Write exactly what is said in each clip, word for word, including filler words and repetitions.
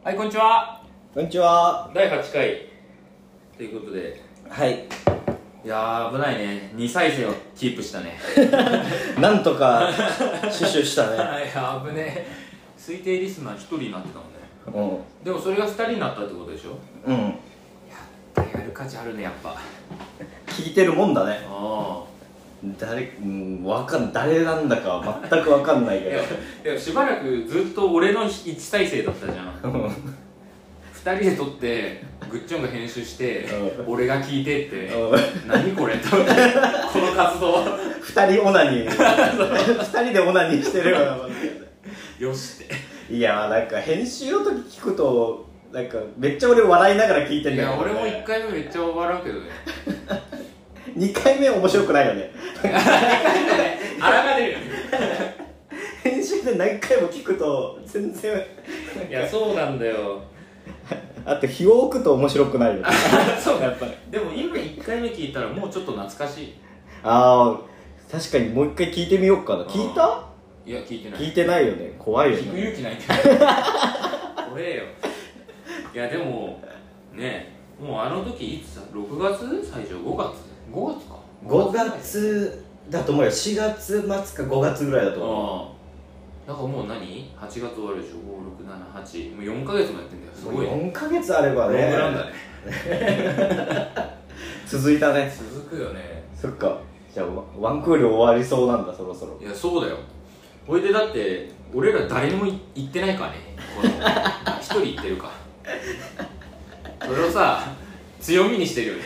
はい、こんにちは。 こんにちは。 だいはちかいということで、 はい。 いやー危ないね。に再生をキープしたね。 なんとか死守したね。 はい、危ねえ。推定リスナーひとりになってたもんね。 うん。 でもそれがふたりになったってことでしょ。 うん。 やったやる価値あるね、やっぱ。 聞いてるもんだね。 ああ。 誰、うん、わかん、誰なんだかは全くわかんないけど。 いや、いやしばらくずっと俺のいち再生だったじゃん。ふたりで撮ってグッチョンが編集して俺が聞いてって何これとこの活動二人オナニー二人でオナニーしてるようなもんよしっていやなんか編集の時聞くとなんかめっちゃ俺笑いながら聞いてんだけど、ね、 いや俺もいっかいめめっちゃ笑うけどねにかいめ面白くないよねにかいめねあらが出るよね編集で何回も聞くと全然いやそうなんだよあと日を置くと面白くないよねそうやっぱりでも今いっかいめ聞いたらもうちょっと懐かしいああ確かにもう一回聞いてみようかな。聞いた？ いや聞いてない聞いてないよね。怖いよね。 聞く勇気ないんだよ怖えよいやでもねもうあの時いつだろくがつ最初ごがつごがつかごがつだと思うよ。しがつまつかごがつぐらいだと思う。 ああだからもう何はちがつ終わるでしょご、ろく、なな、はちもうよんかげつもやってんだよすごいよんかげつあればねロングランだね続いたね。 続くよねそっか。じゃあワンクール終わりそうなんだそろそろ。 いやそうだよこれでだって俺ら誰にも言ってないからねこの一人言ってるかそれをさ強みにしてるよね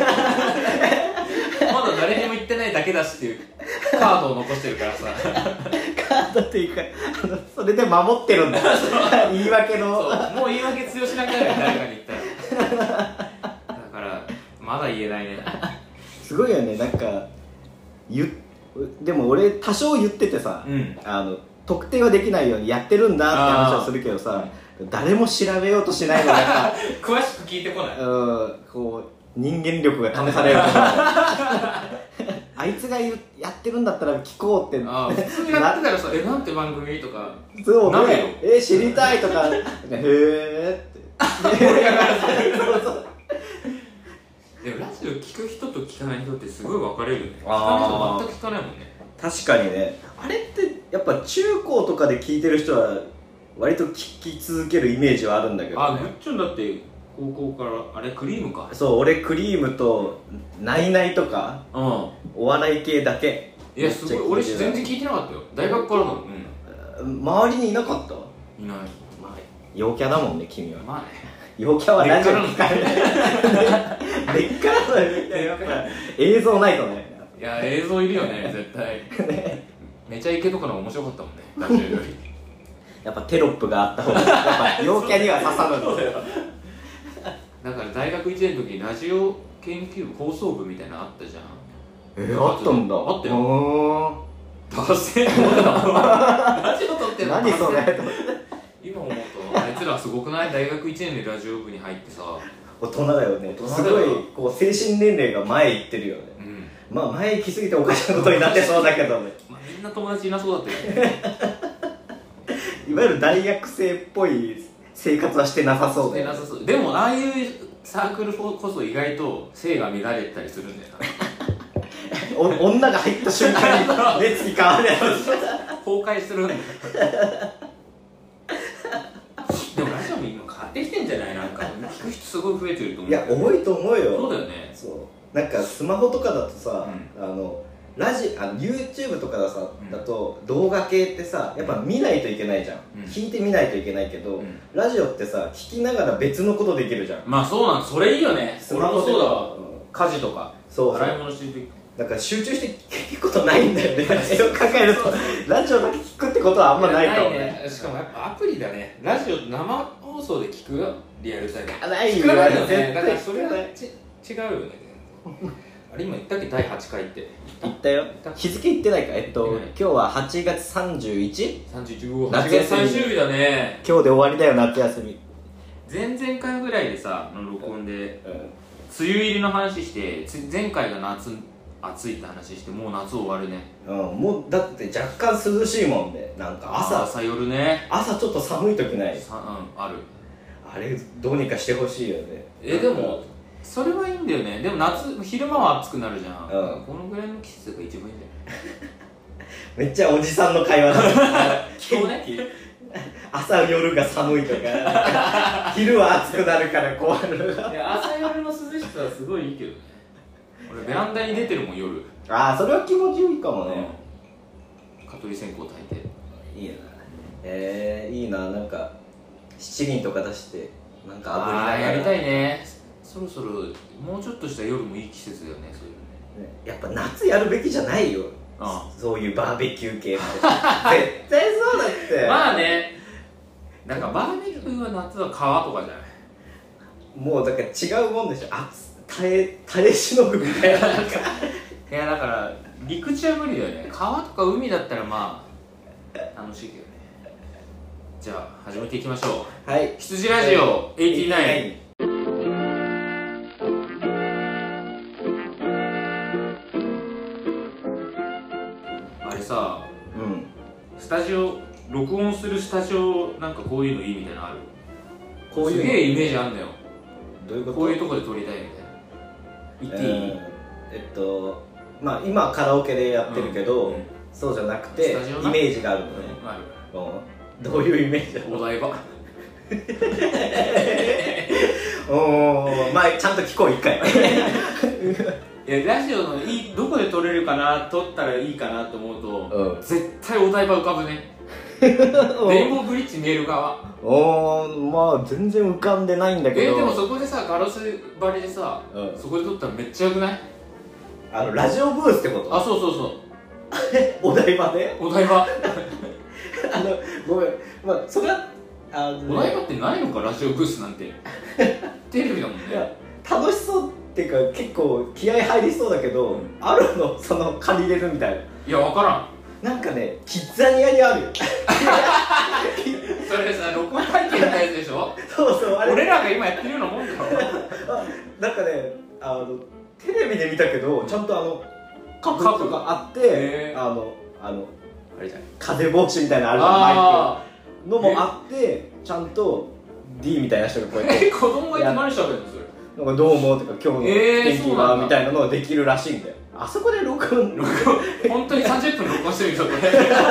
まだ誰にも言ってないだけだしっていうカードを残してるからさカードっていうかあのそれで守ってるんだ言い訳のそうもう言い訳強しなくなるよ誰かに言ったらだからまだ言えないねすごいよね。なんか言でも俺多少言っててさ、 うん、 あの特定はできないようにやってるんだって話はするけどさ、誰も調べようとしないのが詳しく聞いてこないうんこう人間力が試されるからあいつがやってるんだったら聞こうってあ普通にやってたらさ「えなんて番組?」とかそうなるよえ知りたいとかへえって盛り上がるそうそうでもラジオ聞く人と聞かない人ってすごい分かれるよね。聞かない人全く聞かないもんね。 確かにね。あれってやっぱ中高とかで聞いてる人は割と聞き続けるイメージはあるんだけどね。 あ、グッチョンだって高校からあれクリームか。 そう俺クリームとナイナイとか、うん、お笑い系だけ。 いやすごい俺全然聞いてなかったよ。大学からの、 うん、周りにいなかった？ いない。 まあ陽キャだもんね君は。 まあね。 陽キャはラジオ聞かれない。根っからのみたいなやっぱ映像ないとね。 いや映像いるよね絶対。ね、めちゃイケとかの面白かったもんねラジオより。 やっぱテロップがあった方がやっぱ陽キャには刺さるんだよ。 だから大学いちねんの時ラジオ研究部放送部みたいなのあったじゃん。 えー、あったんだ。 あったよ。達成ラジオ撮ってんの何それ今思うとあいつらすごくない？大学いちねんでラジオ部に入ってさ大人だよね。すごいこう精神年齢が前行ってるよね、うん、まあ前行き過ぎておかしなことになってそうだけどねまあみんな友達いなそうだったよねいわゆる大学生っぽい生活はしてなさそうだよね。 してなさそう。でもああいうサークルこそ意外と性が乱れたりするんだよなお女が入った瞬間に熱に変わるやつ崩壊するんだよでもラジオも今変わってきてんじゃない？なんか聞く人すごい増えてると思う。 いや多いと思うよ。 そうだよね。 そうなんかスマホとかだとさ、うん、あのラジあの YouTube とかださ、うん、だと動画系ってさやっぱ見ないといけないじゃん、うん、聞いてみないといけないけど、うん、ラジオってさ聞きながら別のことできるじゃん。 まあそうなんそれいいよね。スマホそうだわ、うん、家事とかそう洗い物してるだから集中して聞くことないんだよねそう考えるとラジオだけ聞くってことはあんまないかもね。 ねしかもやっぱアプリだね。ラジオ生放送で聞くリアルタイムないよ聞かないよね。だからそれはち違うよねあれ今言ったっけだいはちかいって言ったよ。日付言ってないか。えっと今日ははちがつさんじゅういちさんじゅういちうわはちがつ最終日だね。 今日で終わりだよ夏休み。 前々回ぐらいでさの録音で、うん、梅雨入りの話して前回が夏暑いって話してもう夏終わるね。 うんもうだって若干涼しいもんでなんか朝朝夜ね朝ちょっと寒い時ない？ さ、うん、ある。 あれどうにかしてほしいよね。 えでもそれはいいんだよね。でも夏昼間は暑くなるじゃん、うん、このぐらいの季節が一番いいんだよめっちゃおじさんの会話だそうね朝夜が寒いとか昼は暑くなるから怖いのがいや朝夜の涼しさはすごいいいけどね。俺ベランダに出てるもん夜。 ああそれは気持ちいいかもね、 うん、蚊取り線香焚いていいな。えー、いいな。なんか七輪とか出してなんか炙りながら。 あーやりたいね。そろそろもうちょっとした夜もいい季節だよね。そういうのね。 やっぱ夏やるべきじゃないよ。ああそういうバーベキュー系って絶対そうだってまあね。なんかバーベキューは夏は川とかじゃない。 もうだから違うもんでしょ。あ耐え耐えしのぐみたいな。なんかいやだから陸地は無理だよね。川とか海だったらまあ楽しいけどね。じゃあ始めていきましょう。 はい。 羊ラジオはちじゅうきゅう。あれさ、うん、スタジオ録音するスタジオなんかこういうのいいみたいなのある？こういうすげえイメージあんだよ。 どういうこと？ こういうとこで撮りたいみたいな。言っていい？ えー、えっとまあ今カラオケでやってるけど、うんうん、そうじゃなくてイメージがあるのね。うん、ある。うん、どういうイメージだろう？ お台場。 おー、まあちゃんと聞こう一回。 いやラジオのいいどこで撮れるかな、撮ったらいいかなと思うと、うん、絶対お台場浮かぶね。レインボーブリッジ見える側。 おー、まあ全然浮かんでないんだけど。 えー、でもそこでさガラス張りでさ、うん、そこで撮ったらめっちゃよくない？ あのラジオブースってこと？ あ、そうそうそう。 お台場で？ お台場。 あのごめん、まあそれはあの、ね、 お台場ってないのかラジオブースなんて。テレビだもんね。 いや楽しそうっていうか結構気合入りそうだけど、うん、あるのその借りれるみたいな。 いや分からん。なんかねキッザニアにあるよ。 それさ録音体験のやつでしょ。 そうそうあれ。 俺らが今やってるようなもんだろ。 なんかねあのテレビで見たけどちゃんとあのカップがあってあのあのあれじゃん風防止みたいなのあるじゃんマイクのもあってちゃんと D みたいな人がこうやって子供がいて何してるんですよ。 なんかどうもとか今日の天気はみたいなのができるらしいんだよ。あそこで録音録音本当にさんじゅっぷん録音してる人これ。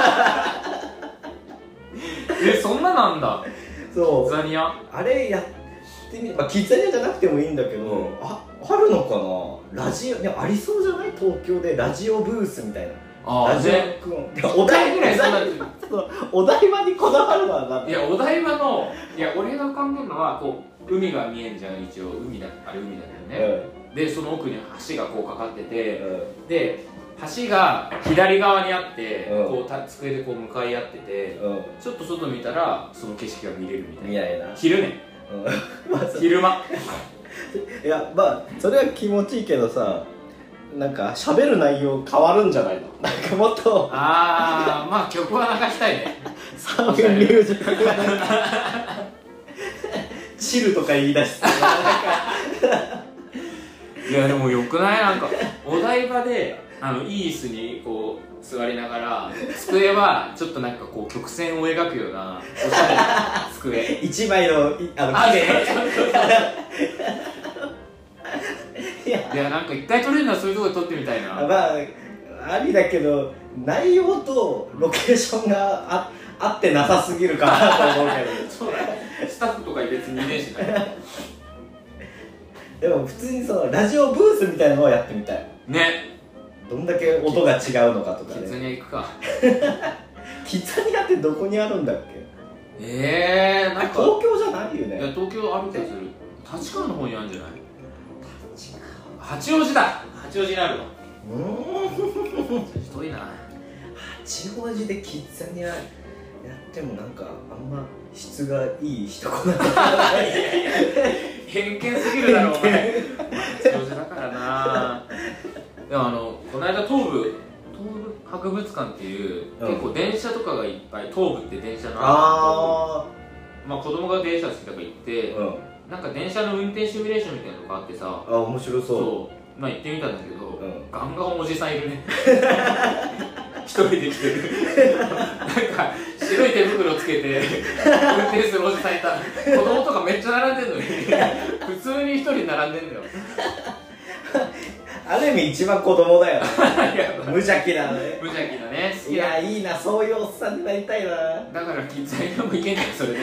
えそんななんだ。 そうキッザニアあれやってみ、まあ、キッザニアじゃなくてもいいんだけど、うん、ああるのかなラジオ。でもありそうじゃない？東京でラジオブースみたいな。 あラジオ録音お台ぐらいお台場にこだわるのはなんだ。 いやお台場のいや俺が考えるのはこう海が見えんじゃん。一応海だあれ海だよね、うん、でその奥に橋がこうかかってて、うん、で橋が左側にあって、うん、こうた机でこう向かい合ってて、うん、ちょっと外見たらその景色が見れるみたいな。 見ないな昼ね、うんまあ、昼間。 いやまあそれは気持ちいいけどさ、なんか喋る内容変わるんじゃないの？なんかもっとああまあ曲は流したいね。 サーフィンミュージックがなんかチルとか言い出していやでもよくない？なんかお台場であのいい椅子にこう座りながら机はちょっとなんかこう曲線を描くようなおしゃれな机一枚のあの木でいや, いやなんか一回撮れるのはそういうところで撮ってみたいな。 まあありだけど内容とロケーションがあ合ってなさすぎるかなと思うけどそうだスタッフとか別にいねえしな。 でも普通にそのラジオブースみたいなのをやってみたいね。 どんだけ音が違うのかとかね。 キッザニア行くか。 キッザニアってどこにあるんだっけ？ えー、なんか東京じゃないよね。 いや東京ある気がする。立川の方にあるんじゃない？八王子だ。八王子にあるわ。うーん遠いな。 八王子でキッザニアやってもなんかあんま質がいい人来ない。 偏見すぎるだろお前。八王子だからな。でもあのこの間東武東武博物館っていう、うん、結構電車とかがいっぱい東武って電車のあるまあ子供が電車好きとか行って、うん、なんか電車の運転シミュレーションみたいなのがあってさあ面白そうそうまあ行ってみたんだけど、うん、ガンガンおじさんいるね。一人で来てる。なんか白い手袋つけて運転するおじさんいた。子供とかめっちゃ並んでんのに普通に一人並んでんだよ。 ある意味一番子供だよね無邪気なね。 無邪気なね。 いやいいな、そういうおっさんになりたいな。 だからキッザニアもいけんじゃんそれで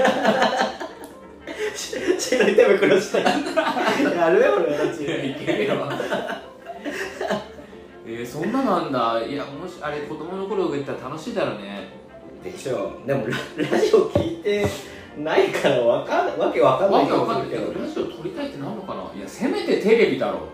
白い手袋したらやるよ俺たち。 いやいけるよえー、そんななんだ。いやもしあれ子供の頃が言ったら楽しいだろうね。 でしょ。でも ラ, ラジオ聞いてないからわかんわけわかんないわけわかんないけど、ラジオ撮りたいってなるのかな。いやせめてテレビだろう。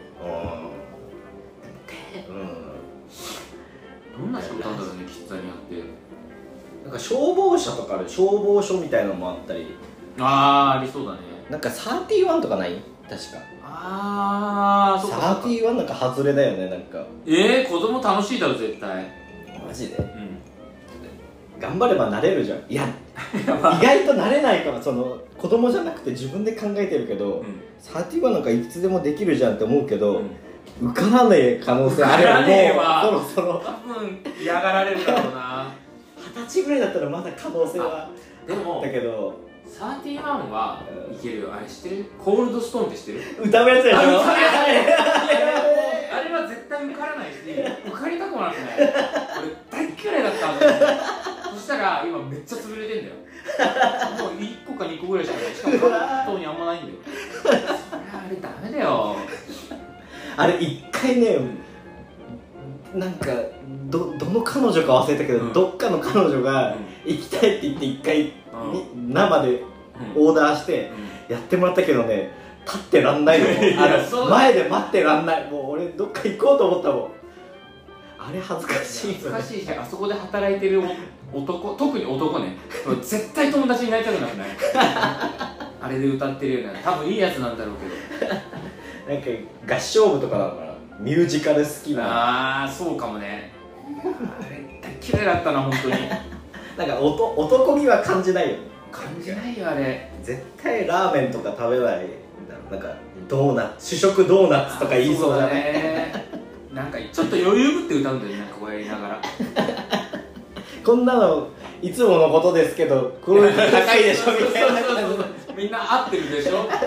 うん、 どんな仕事なんだろうね、キッザニアって。 なんか消防車とかある、消防署みたいなのもあったり。 あー、ありそうだね。 なんかサーティワンとかない？確か。 あー、そうか。 サーティワンなんか外れだよね、なんか。 えー、子供楽しいだろ絶対。 マジで？ うん。 頑張ればなれるじゃん。いや意外となれないから、その子供じゃなくて自分で考えてるけど、うん、サーティワンなんかいつでもできるじゃんって思うけど、うん、受からねえ可能性あるよね。もうそろそろ多分嫌がられるだろうな。 二十歳ぐらいだったらまだ可能性はでもだけど、 サーティワンはいけるよ。あれ知ってる？コールドストーンって知ってる？ 歌うやつでしょ。あれあれは絶対受からないし、受かりたくもなくない。俺大嫌いだったんだよ。そしたら今めっちゃ潰れてんだよ。もういっこかにこぐらいしかない。しかも関東にあんまないんだよ。あれダメだよ。あれ一回ね、なんか ど, どの彼女か忘れたけど、うん、どっかの彼女が行きたいって言って一回、うん、生でオーダーしてやってもらったけどね、立ってらんないよ。あの前で待ってらんない。もう俺どっか行こうと思ったもん。あれ恥ずかしい。 恥ずかしいし、あそこで働いてる男、特に男ね、絶対友達になりたくなくない？あれで歌ってるよね。多分いいやつなんだろうけど。 なんか合唱部とかなのかな、ミュージカル好きな。 ああ、そうかもね。あれ大嫌いだったな本当に。 なんかおと男気は感じないよね。 感じないよあれ。 絶対ラーメンとか食べない。なんかドーナツ、主食ドーナツとか言いそうだね。 なんかちょっと余裕ぶって歌うんだよね、なんかこうやりながら。こんなのいつものことですけど、クオリティ高いでしょみたいな。 みんな合ってるでしょ。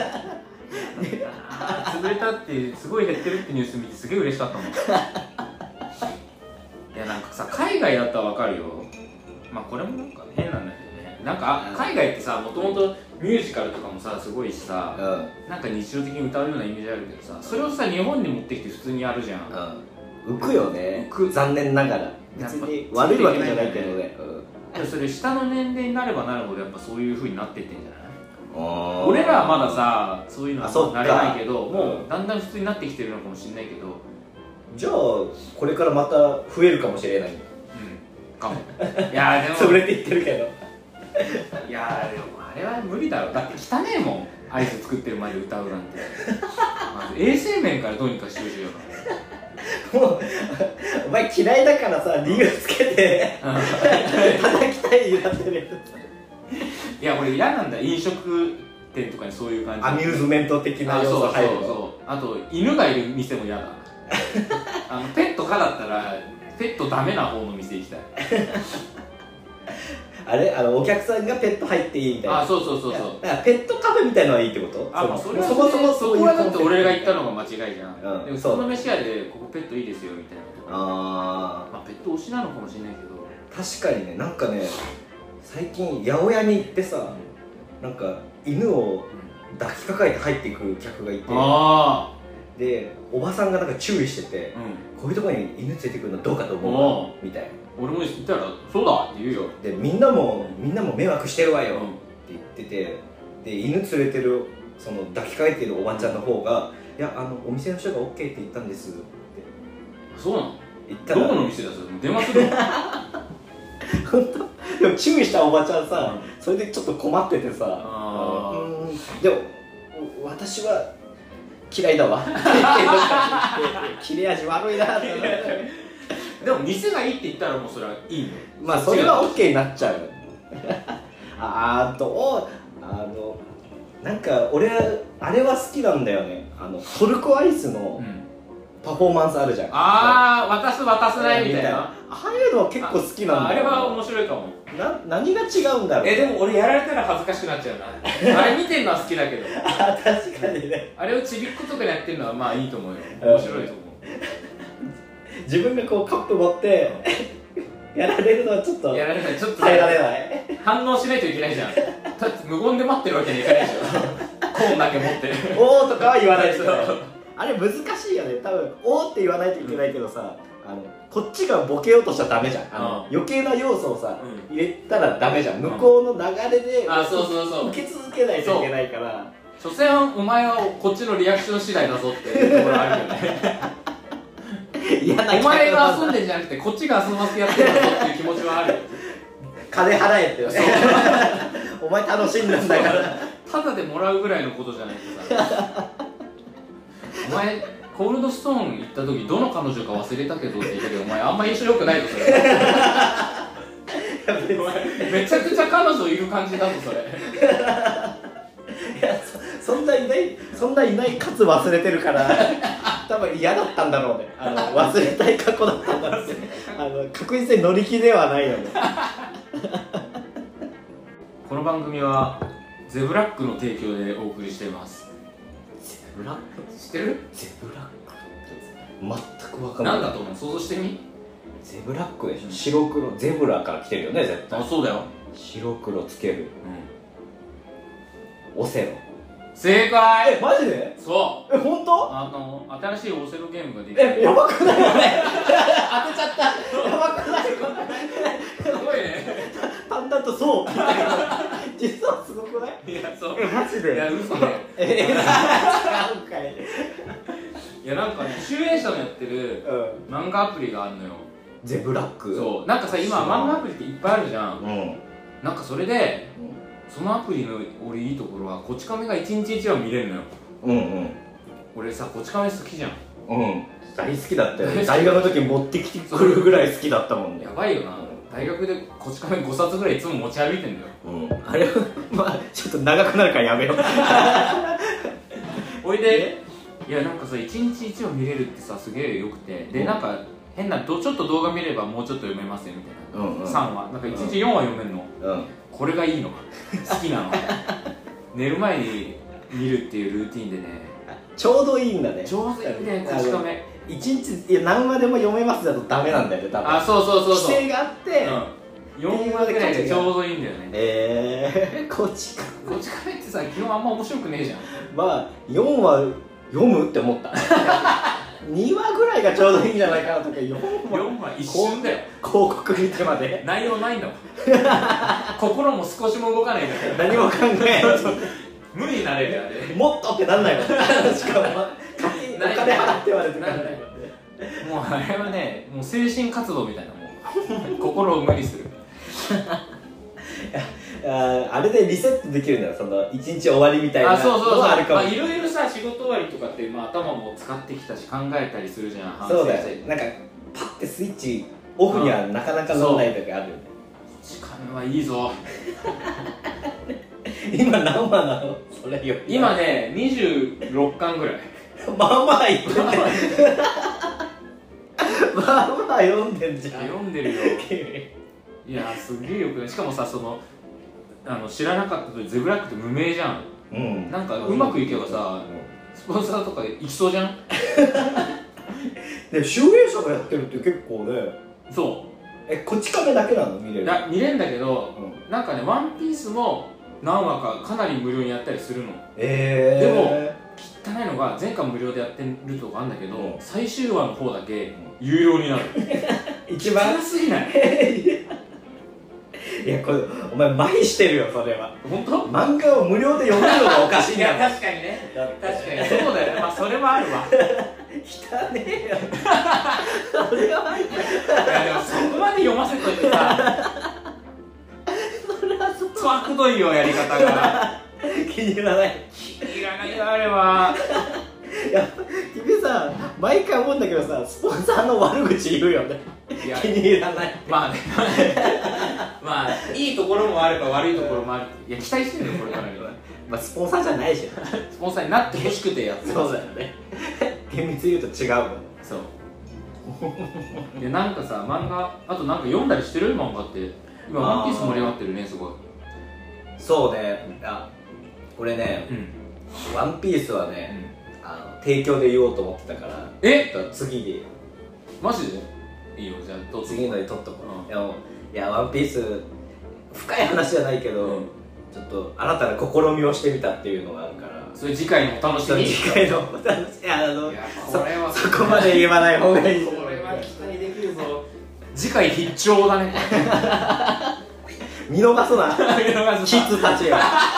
潰れたってすごい減ってるってニュース見てすげえ嬉しかったもん。いやなんかさ、海外だったらわかるよ。まあこれもなんか変なんだけどね。なんか海外ってさ、もともとミュージカルとかもさすごいしさ、うん、なんか日常的に歌うようなイメージあるけどさ、それをさ日本に持ってきて普通にやるじゃん。 うん、浮くよね。浮く。残念ながら。別に悪いわけじゃないけどね。 でもそれ下の年齢になればなるほどやっぱそういう風になってってんじゃない？俺らはまださそういうのはなれないけど、もうだんだん普通になってきてるのかもしれないけど、 じゃあこれからまた増えるかもしれない。うんかも。いやでも潰れていってるけど。 いやでもあれは無理だろ。だって汚ねえもん、アイス作ってる前で歌うなんて。まず衛生面からどうにかしてほしいよな。 もうお前嫌いだからさ理由つけて叩きたいやってるやつ。 いや俺嫌なんだ、飲食店とかにそういう感じ。 アミューズメント的な要素入るの。そうそうそう。 あと犬がいる店も嫌だ。あのペット可だったらペットダメな方の店行きたい。 あれあのお客さんがペット入っていいみたいな。 あ、そうそうそうそう。 だからペットカフェみたいのはいいってこと？ あ、まあそれはそもそもそこはだって俺が言ったのが間違いじゃん。うん、でもその飯屋でここペットいいですよみたいなとか。ああ。まあペット推しなのかもしれないけど。 確かにね、なんかね最近八百屋に行ってさ、うん、なんか犬を抱きかかえて入ってくる客がいて、あでおばさんがなんか注意してて、うん、こういうところに犬連れてくるのどうかと思うみたいな。俺も言ったらそうだって言うよ。 でみんなもみんなも迷惑してるわよって言ってて、で犬連れてるその抱きかえてるおばちゃんの方が、いやあのお店の人が オーケー って言ったんですって。 そうなの？言ったらどこの店だそれ？電話する？ 本当？でも注意したおばちゃんさ、うん、それでちょっと困っててさ、あうんでも私は嫌いだわ。切れ味悪いなって。 でも店がいいって言ったらもうそれはいいの。 まあそれは オーケー になっちゃう。あとあのなんか俺あれは好きなんだよね。あのトルコアイスの、 パフォーマンスあるじゃん。 ああ、渡す渡せないみたいな。 ああいうのは結構好きなんだよ。 あれは面白いかも。 な何が違うんだろう。 え、でも俺やられたら恥ずかしくなっちゃうな。あれ見てるのは好きだけど。 あ、確かにね。 あれをちびっ子とかでやってるのはまあいいと思うよ。面白いと思う。 自分がこうカップ持ってやられるのはちょっとやられない、ちょっと耐えられない。 反応しないといけないじゃん。だって無言で待ってるわけにいかないでしょ。コーンだけ持っておーとかは言わないと。 そうあれ難しいよね。多分おーって言わないといけないけどさ、あのこっちがボケようとしちゃダメじゃん。あの余計な要素をさ、 うん入れたらダメじゃん。向こうの流れで、 あ、そうそうそう、 受け続けないといけないから。 所詮お前はこっちのリアクション次第だぞっていうところあるよね。 嫌なお前が遊んでんじゃなくてこっちが遊ばせてやってるんだぞっていう気持ちはあるよ。 金払えってよね。お前楽しんだんだからただでもらうぐらいのことじゃないとさ。お前コールドストーン行った時どの彼女か忘れたけどって言ったけど、お前あんま印象良くないぞそれ。お前めちゃくちゃ彼女いる感じだぞそれ。 いや、そ, そんないないそんないないかつ忘れてるから多分嫌だったんだろうね。あの忘れたい過去だったんだろうね。あの確実に乗り気ではないよね。 この番組はゼブラックの提供でお送りしています。 ゼブラック知ってる？ ゼブラックって全く分かんない。 なんだと思う？想像してみ。 ゼブラックでしょ。白黒、ゼブラから来てるよね絶対。 あ、そうだよ。 白黒つける、 うん、 オセロ。 正解。 え、マジで？ そう。 え、本当？ あの新しいオセロゲームができて。 え、やばくない？当てちゃった。やばくない？ すごいね。 淡々とそうみたいな。実はすごくない？ いや、そう。 え、マジで？ いや、嘘ね。 え、違うんかい。 いや、なんかね、集英社のやってる漫画アプリがあるのよ。 ゼブラック？ そう。なんかさ、今漫画アプリっていっぱいあるじゃん。 うん。 なんかそれで、そのアプリの俺いいところはこち亀が一日一話見れるのよ。 うんうん。 俺さ、こち亀好きじゃん。 うん。大好きだったよ。大学の時持ってきてくるぐらい好きだったもんね。 やばいよな。大学でこち亀ごさつぐらいいつも持ち歩いてんだよ。 うん。あれはまあちょっと長くなるからやめよう。 おいで、いやなんかさ一日一話見れるってさすげえよくて、でなんか変などちょっと動画見ればもうちょっと読めますよみたいな、うんうん、さんわなんかいちにちよんわ読めるの、うん、これがいいの好きなの。寝る前に見るっていうルーティンでね、 ちょうどいいんだね。 ちょうどいいね。こち亀一日いや何話でも読めますだとダメなんだよね多分。 あ、そうそうそうそう、 規制があって、 うん、よんわぐらいでちょうどいいんだよね。 えー、こち亀こち亀ってさ基本あんま面白くねえじゃん。 まあよんわ読むって思った。にわぐらいがちょうどいいんじゃないかなとか。よんわ一瞬だよ。 広告見てまで内容ないんだもん。心も少しも動かないんだから何も考えない。 無理になれるよね。 もっとってなんないもん。しかもお金払ってまでってなんないもんね。 もうあれはね、もう精神活動みたいなもん。心を無理する。 あ, あれでリセットできるんだよ、その一日終わりみたいな。 あ、そうそうそう。 あるかも。 まあいろいろさ、仕事終わりとかって、まあ、頭も使ってきたし考えたりするじゃん。 そうだよ。なんかパッてスイッチオフにはなかなか乗らない時あるよね。 時間はいいぞ。 今何話なのそれよ。 今ねにじゅうろっかんぐらい。 まあまあいってね。まあまあ読んでんじゃん。 読んでるよ。いやすげえよくない。しかもさ、そのあの知らなかったとおりゼブラックって無名じゃん、うん、なんかうまくいけばさ、うん、スポンサーとかいきそうじゃん。 でも集英社がやってるって結構ね。 そう。 え、こち亀だけなの見れる？ だ見れるんだけど、うん、なんかねワンピースも何話かかなり無料にやったりするの。えー、でも汚いのが前回無料でやってるとこあるんだけど、うん、最終話の方だけ有料になる。 一番汚すぎない？ いや、これお前麻痺してるよそれは。 本当？ 漫画を無料で読めるのがおかしいんだよ。 いや確かにね。確かにそうだよね。まあそれはあるわ。 汚ねえよ。それはない。いやでもそこまで読ませといてさ。 それはそう。 つわくどいよやり方が。 気に入らない。 気に入らないよあれは。 いや、君さ、毎回思うんだけどさ、スポンサーの悪口言うよね。いや気に入らない。 まあね。まあいいところもあれば悪いところもある。いや期待してるよこれからに。 まあスポンサーじゃないし。 スポンサーになってほしくてやってる。 そうだよね。厳密に言うと違うもん。 でなんかさ漫画あとなんか読んだりしてる漫画って今ワンピース盛り上がってるねすごい。 そうね、あ俺ね、うん、ワンピースはね、うん、あの提供で言おうと思ってたからえ次でマジでいいよじゃあ次ので撮っとこう、うん、いやもういやワンピース深い話じゃないけど、うん、ちょっと新たな試みをしてみたっていうのがあるからそれ次回のお楽しみ次回のお楽しみいやあのいやこれはそ, そこまで言わない方がいいこれは期待できるぞ次回必聴だね見逃すなキッズたちが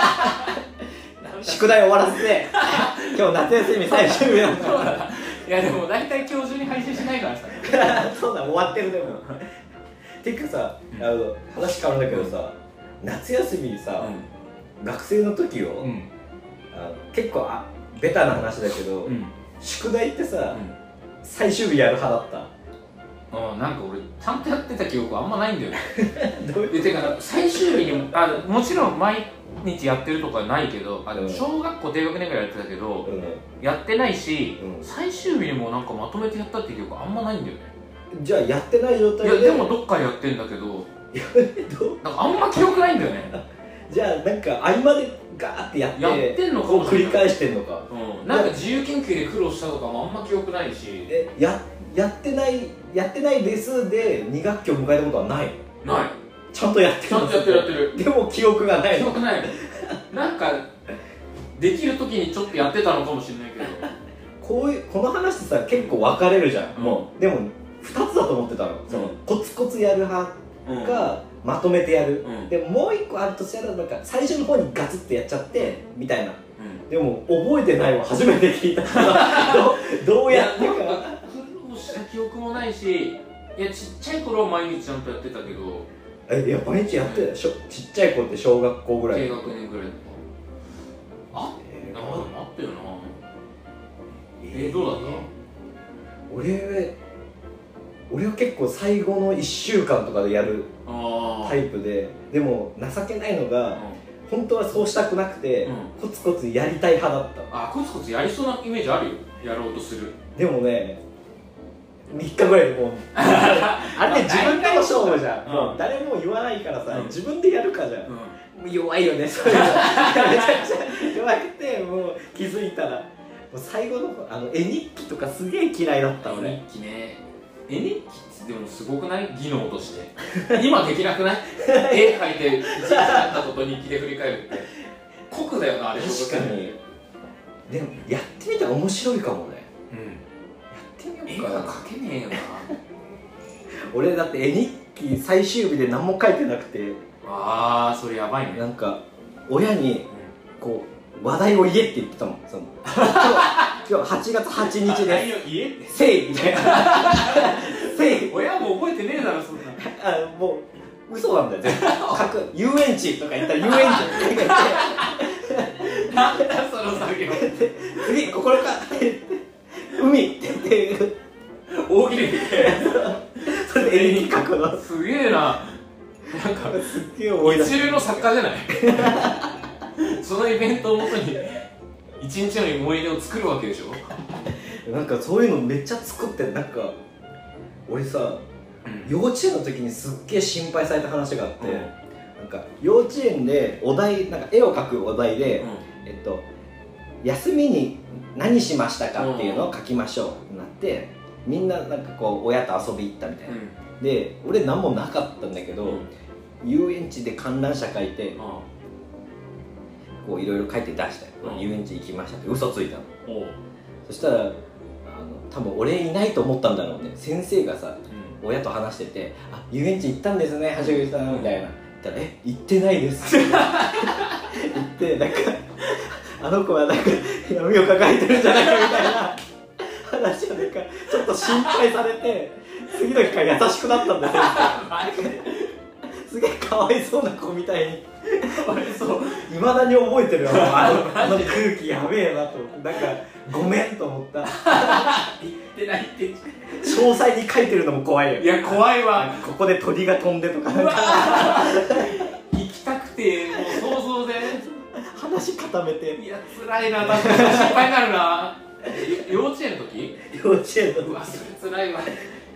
宿題終わらせて今日夏休み最終日なんだいやでも大体今日中に配信しないからさそうだ終わってるでもていうかさ、あの話変わるんだけどさ、うん、夏休みにさ、うん、学生の時よ、うん、あの結構あベタな話だけど、うん、宿題ってさ、うん、最終日やる派だった。 あなんか俺ちゃんとやってた記憶あんまないんだよねどういうてか最終日にもあもちろん毎日やってるとかはないけどあでも小学校低学年ぐらいやってたけど、うん、やってないし、うん、最終日にもなんかまとめてやったって記憶あんまないんだよね。 じゃあやってない状態でいやでもどっかでやってんだけどなんかあんま記憶ないんだよねじゃあなんか合間でガーってやってやってんのかも繰り返してんのか、 うん、なんか自由研究で苦労したとかもあんま記憶ないしえややってないやってないですでに学期を迎えたことはないないちゃんとやってるちゃんとやってるやってるでも記憶がない記憶ないなんかできる時にちょっとやってたのかもしれないけどこういうこの話ってさ結構分かれるじゃん、うん、もうでもふたつだと思ってたの、うん、そのコツコツやる派か、うん、まとめてやる、うん、でももう一個あるとしたらなんか最初の方にガツッとやっちゃってみたいな、うん、でも覚えてないわ初めて聞いたからど, どうやってか苦労した記憶もないしいやちっちゃい頃は毎日ちゃんとやってたけどえいや毎日やってた、うん、ちっちゃい子って小学校ぐらい低学年ぐらいとかあ、えー、あでもあったよなえー、えー、どうだった、 俺俺は結構最後のいっしゅうかんとかでやるタイプででも情けないのが、うん、本当はそうしたくなくて、うん、コツコツやりたい派だったあコツコツやりそうなイメージあるよやろうとするでもねみっかぐらいでもうあれね自分との勝負じゃん、うん、もう誰も言わないからさ、うん、自分でやるかじゃん、うん、弱いよねそれがめちゃくちゃ弱くてもう気づいたらもう最後のあの絵日記とかすげえ嫌いだった俺絵日記ね絵日記ってでもすごくない技能として今できなくない絵描いて一日やったこと日記で振り返るって酷だよなあれ確かにでもやってみたら面白いかもねうんやってみようか絵が描けねえよな俺だって絵日記最終日で何も書いてなくてああそれやばいねなんか親にこう話題を言えって言ってたもんその今日はちがつはちにちですせいみたいなせい親も覚えてねえだろそんなあもう嘘なんだよ全部遊園地とか言ったら遊園地って言ってなんだその作業次ここかって言って海って言って大喜利でそれで絵に描くのすげえななんかすっげえ思い出一流の作家じゃないそのイベントをもとに一日の思い出を作るわけでしょなんかそういうのめっちゃ作ってなんか俺さ、うん、幼稚園の時にすっげえ心配された話があって、うん、なんか幼稚園でお題なんか絵を描くお題で、うん、えっと休みに何しましたかっていうのを書きましょうってなってみんななんかこう親と遊び行ったみたいな、うん、で俺何もなかったんだけど、うん、遊園地で観覧車書いて、うん、こういろいろ書いて出したよ、うん、遊園地行きましたって嘘ついたの、うん、そしたらあの多分俺いないと思ったんだろうね先生がさ、うん、親と話してて「あ遊園地行ったんですねはじめさん」みたいな言ったら「え行ってないです」って言ってなんかあの子はなんか闇を抱えてるんじゃないかみたいな話をなんかちょっと心配されて次の日から優しくなったんだよすげえかわいそうな子みたいにかわいそういまだに覚えてるよあの、あの空気やべえなと思ってなんかごめんと思った言ってないって詳細に書いてるのも怖いよいや怖いわここで鳥が飛んでとかなんか行きたくてもう想像で話固めていや辛いな確かに心配になるな幼稚園の時幼稚園の時うわそれ辛いわ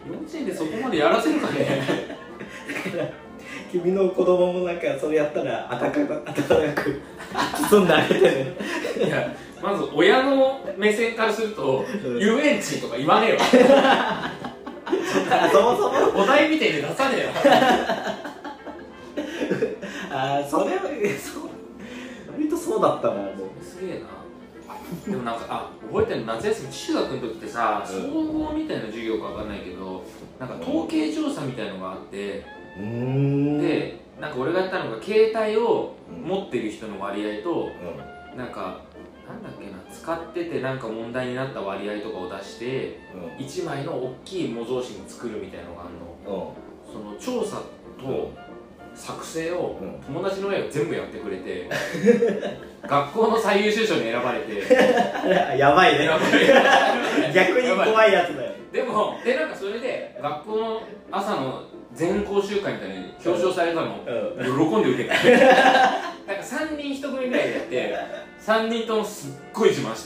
幼稚園でそこまでやらせるかね。 だから君の子供もなんかそれやったら温かく温かく包んであげてね。 いやまず親の目線からすると、うん、遊園地とか言わねえわ。 そもそもお題みたいに出さねえよ。 ああそれはそう割とそうだったな。もうすげえな。でもなんかあ覚えてるの、夏休み中学の時ってさ、総合みたいな授業かわかんないけど、なんか統計調査みたいのがあって、うーんでなんか俺がやったのが携帯を持ってる人の割合と、うん、なんかなんだっけな、使っててなんか問題になった割合とかを出して、うん、いちまいの大きい模造紙に作るみたいなのがあるの、うん、その調査と作成を友達の親が全部やってくれて、うん、学校の最優秀賞に選ばれてやばいね。やばい逆に怖いやつだよ。 でもでなんかそれで学校の朝の全校集会みたいに表彰されたのを喜んで受けた。なんかさんにんひと組ぐらいでやってさんにんともすっごい自慢した。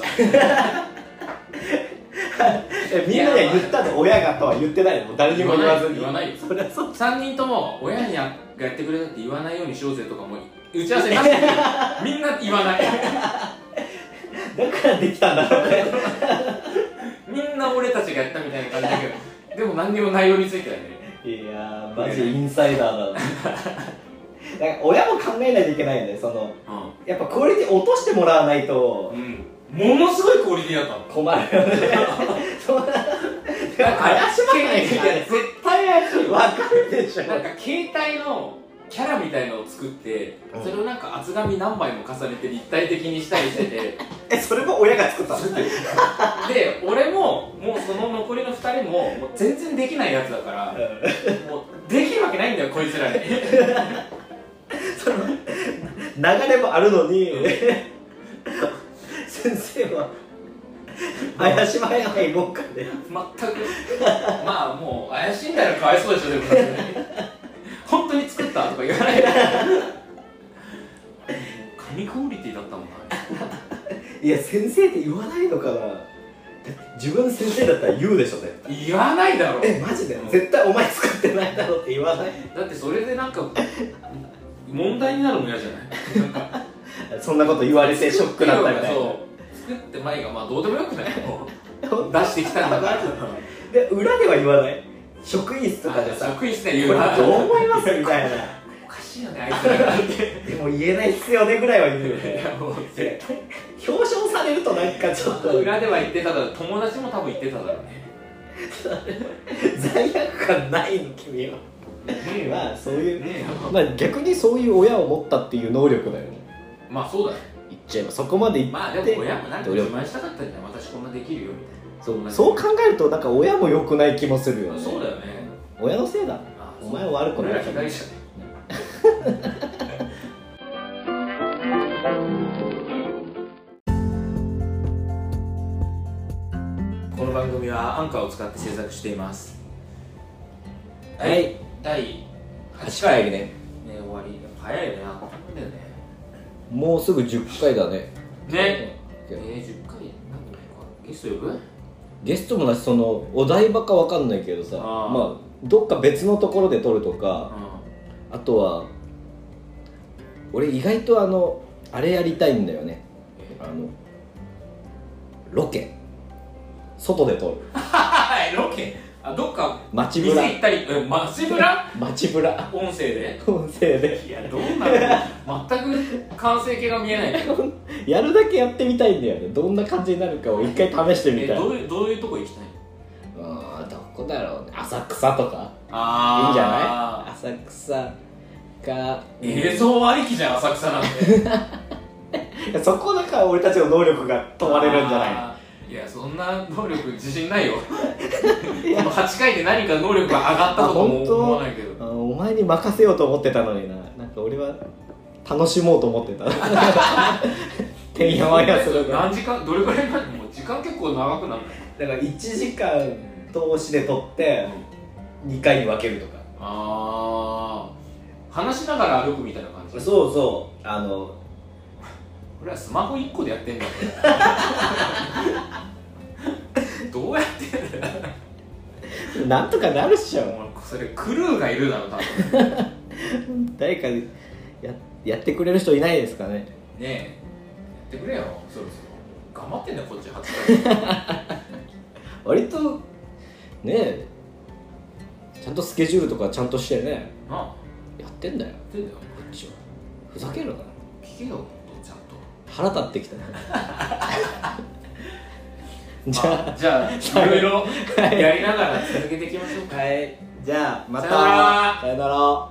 えみんなには言ったの？親がとは言ってないの？誰にも言わずに。 言わないよ。それはそう。さんにんとも親にやがやってくれたって言わないようにしようぜとかも打ち合わせなしでみんな言わない。 だからできたんだろうね。 みんな俺たちがやったみたいな感じだけど、でも何にも内容についてはね。 いやーマジインサイダーだな。だから親も考えないといけないよね。その、うん、やっぱクオリティ落としてもらわないと、うん、 ものすごいクオリティだったの。 困るよね。そんな怪しまないから。 絶対怪しい。 わかるでしょ。 なんか携帯のキャラみたいのを作って、うん、それをなんか厚紙何枚も重ねて立体的にしたりしてて。 えそれも親が作ったの？ で俺ももうその残りのふたりももう全然できないやつだから、うん、もうできるわけないんだよこいつらに。 その流れもあるのに、うん、先生は怪しまないもんかね。 全くまあもう怪しいんだよかわいそうでしょ。でも本当に作ったとか言わないで。神クオリティだったもんな。 いや先生って言わないのかな。自分の先生だったら言うでしょね。 言わないだろ。 えマジで、うん、絶対お前作ってないだろって言わない。 だってそれでなんか問題になるの嫌じゃない。なんかそんなこと言われてショックだったみたいな。そう作って前がまあどうでもよくない。出してきたんだから。 で裏では言わない。職員室とかでさ、 職員室で言うな。どう思いますみたいな。 おかしいよねあいつらがって。 でも言えないっすよねぐらいは言うよね。いやもう絶対表彰されるとなんかちょっと裏では言ってただろう。友達も多分言ってただろうね。 罪悪感ないの君は。まあそういう、ね、まあ逆にそういう親を持ったっていう能力だよね。 まあそうだね。 言っちゃえばそこまで言って。 まあでも親もなんか自慢したかったんじゃん。私こんなできるよみたいな。 そう、そう考えるとなんか親も良くない気もするよね。 そうだよね。 親のせいだ。お前は悪くない。 俺は被害者ね。この番組はアンカーを使って制作しています。 はい、はい、 だいはちかいね。ね終わり。早いよね。あっという間だよね。 もうすぐじゅっかいだね。ね。 えー、じゅっかいなんだろうか。ゲスト呼ぶ？ ゲストもなし、そのお題ばっかわかんないけどさ、あまあどっか別のところで撮るとか、あとは俺意外とあのあれやりたいんだよね。あのロケ外で撮る。 ロケあどっか街ブラ店行ったり、え街ブラ街ブラ音声で音声で。 いやどうなの全く完成形が見えないけどやるだけやってみたいんだよね。どんな感じになるかを一回試してみたい。 どういうどういうとこ行きたいの？あどこだろうね。浅草とかあいいんじゃない？浅草か映像ありきじゃん浅草なんて。そこだから俺たちの能力が問われるんじゃないの？ いやそんな能力自信ないよ。このはちかいで何か能力が上がったとかも思わないけど。 あお前に任せようと思ってたのにな。なんか俺は楽しもうと思ってた。てんやわんやする。 何時間どれくらいまでもう時間結構長くなる。 だからいちじかん通しで撮ってにかいに分けるとか。 ああ話しながら歩くみたいな感じ。 そうそうあの俺はスマホいっこでやってんだよ。どうやってんだよ。 なんとかなるっしょ。 もうそれクルーがいるだろ多分誰か や, やってくれる人いないですかね。 ねえ、やってくれよそろそろ。頑張ってんねこっちはちかい割とねえちゃんとスケジュールとかちゃんとしてねあやってんだよ。 やってんだよこっちはふざけるな。 聞けよもっとちゃんと。 腹立ってきたじゃあじゃあいろいろやりながら続けていきましょうか。 はい、じゃあまたさよならさよなら。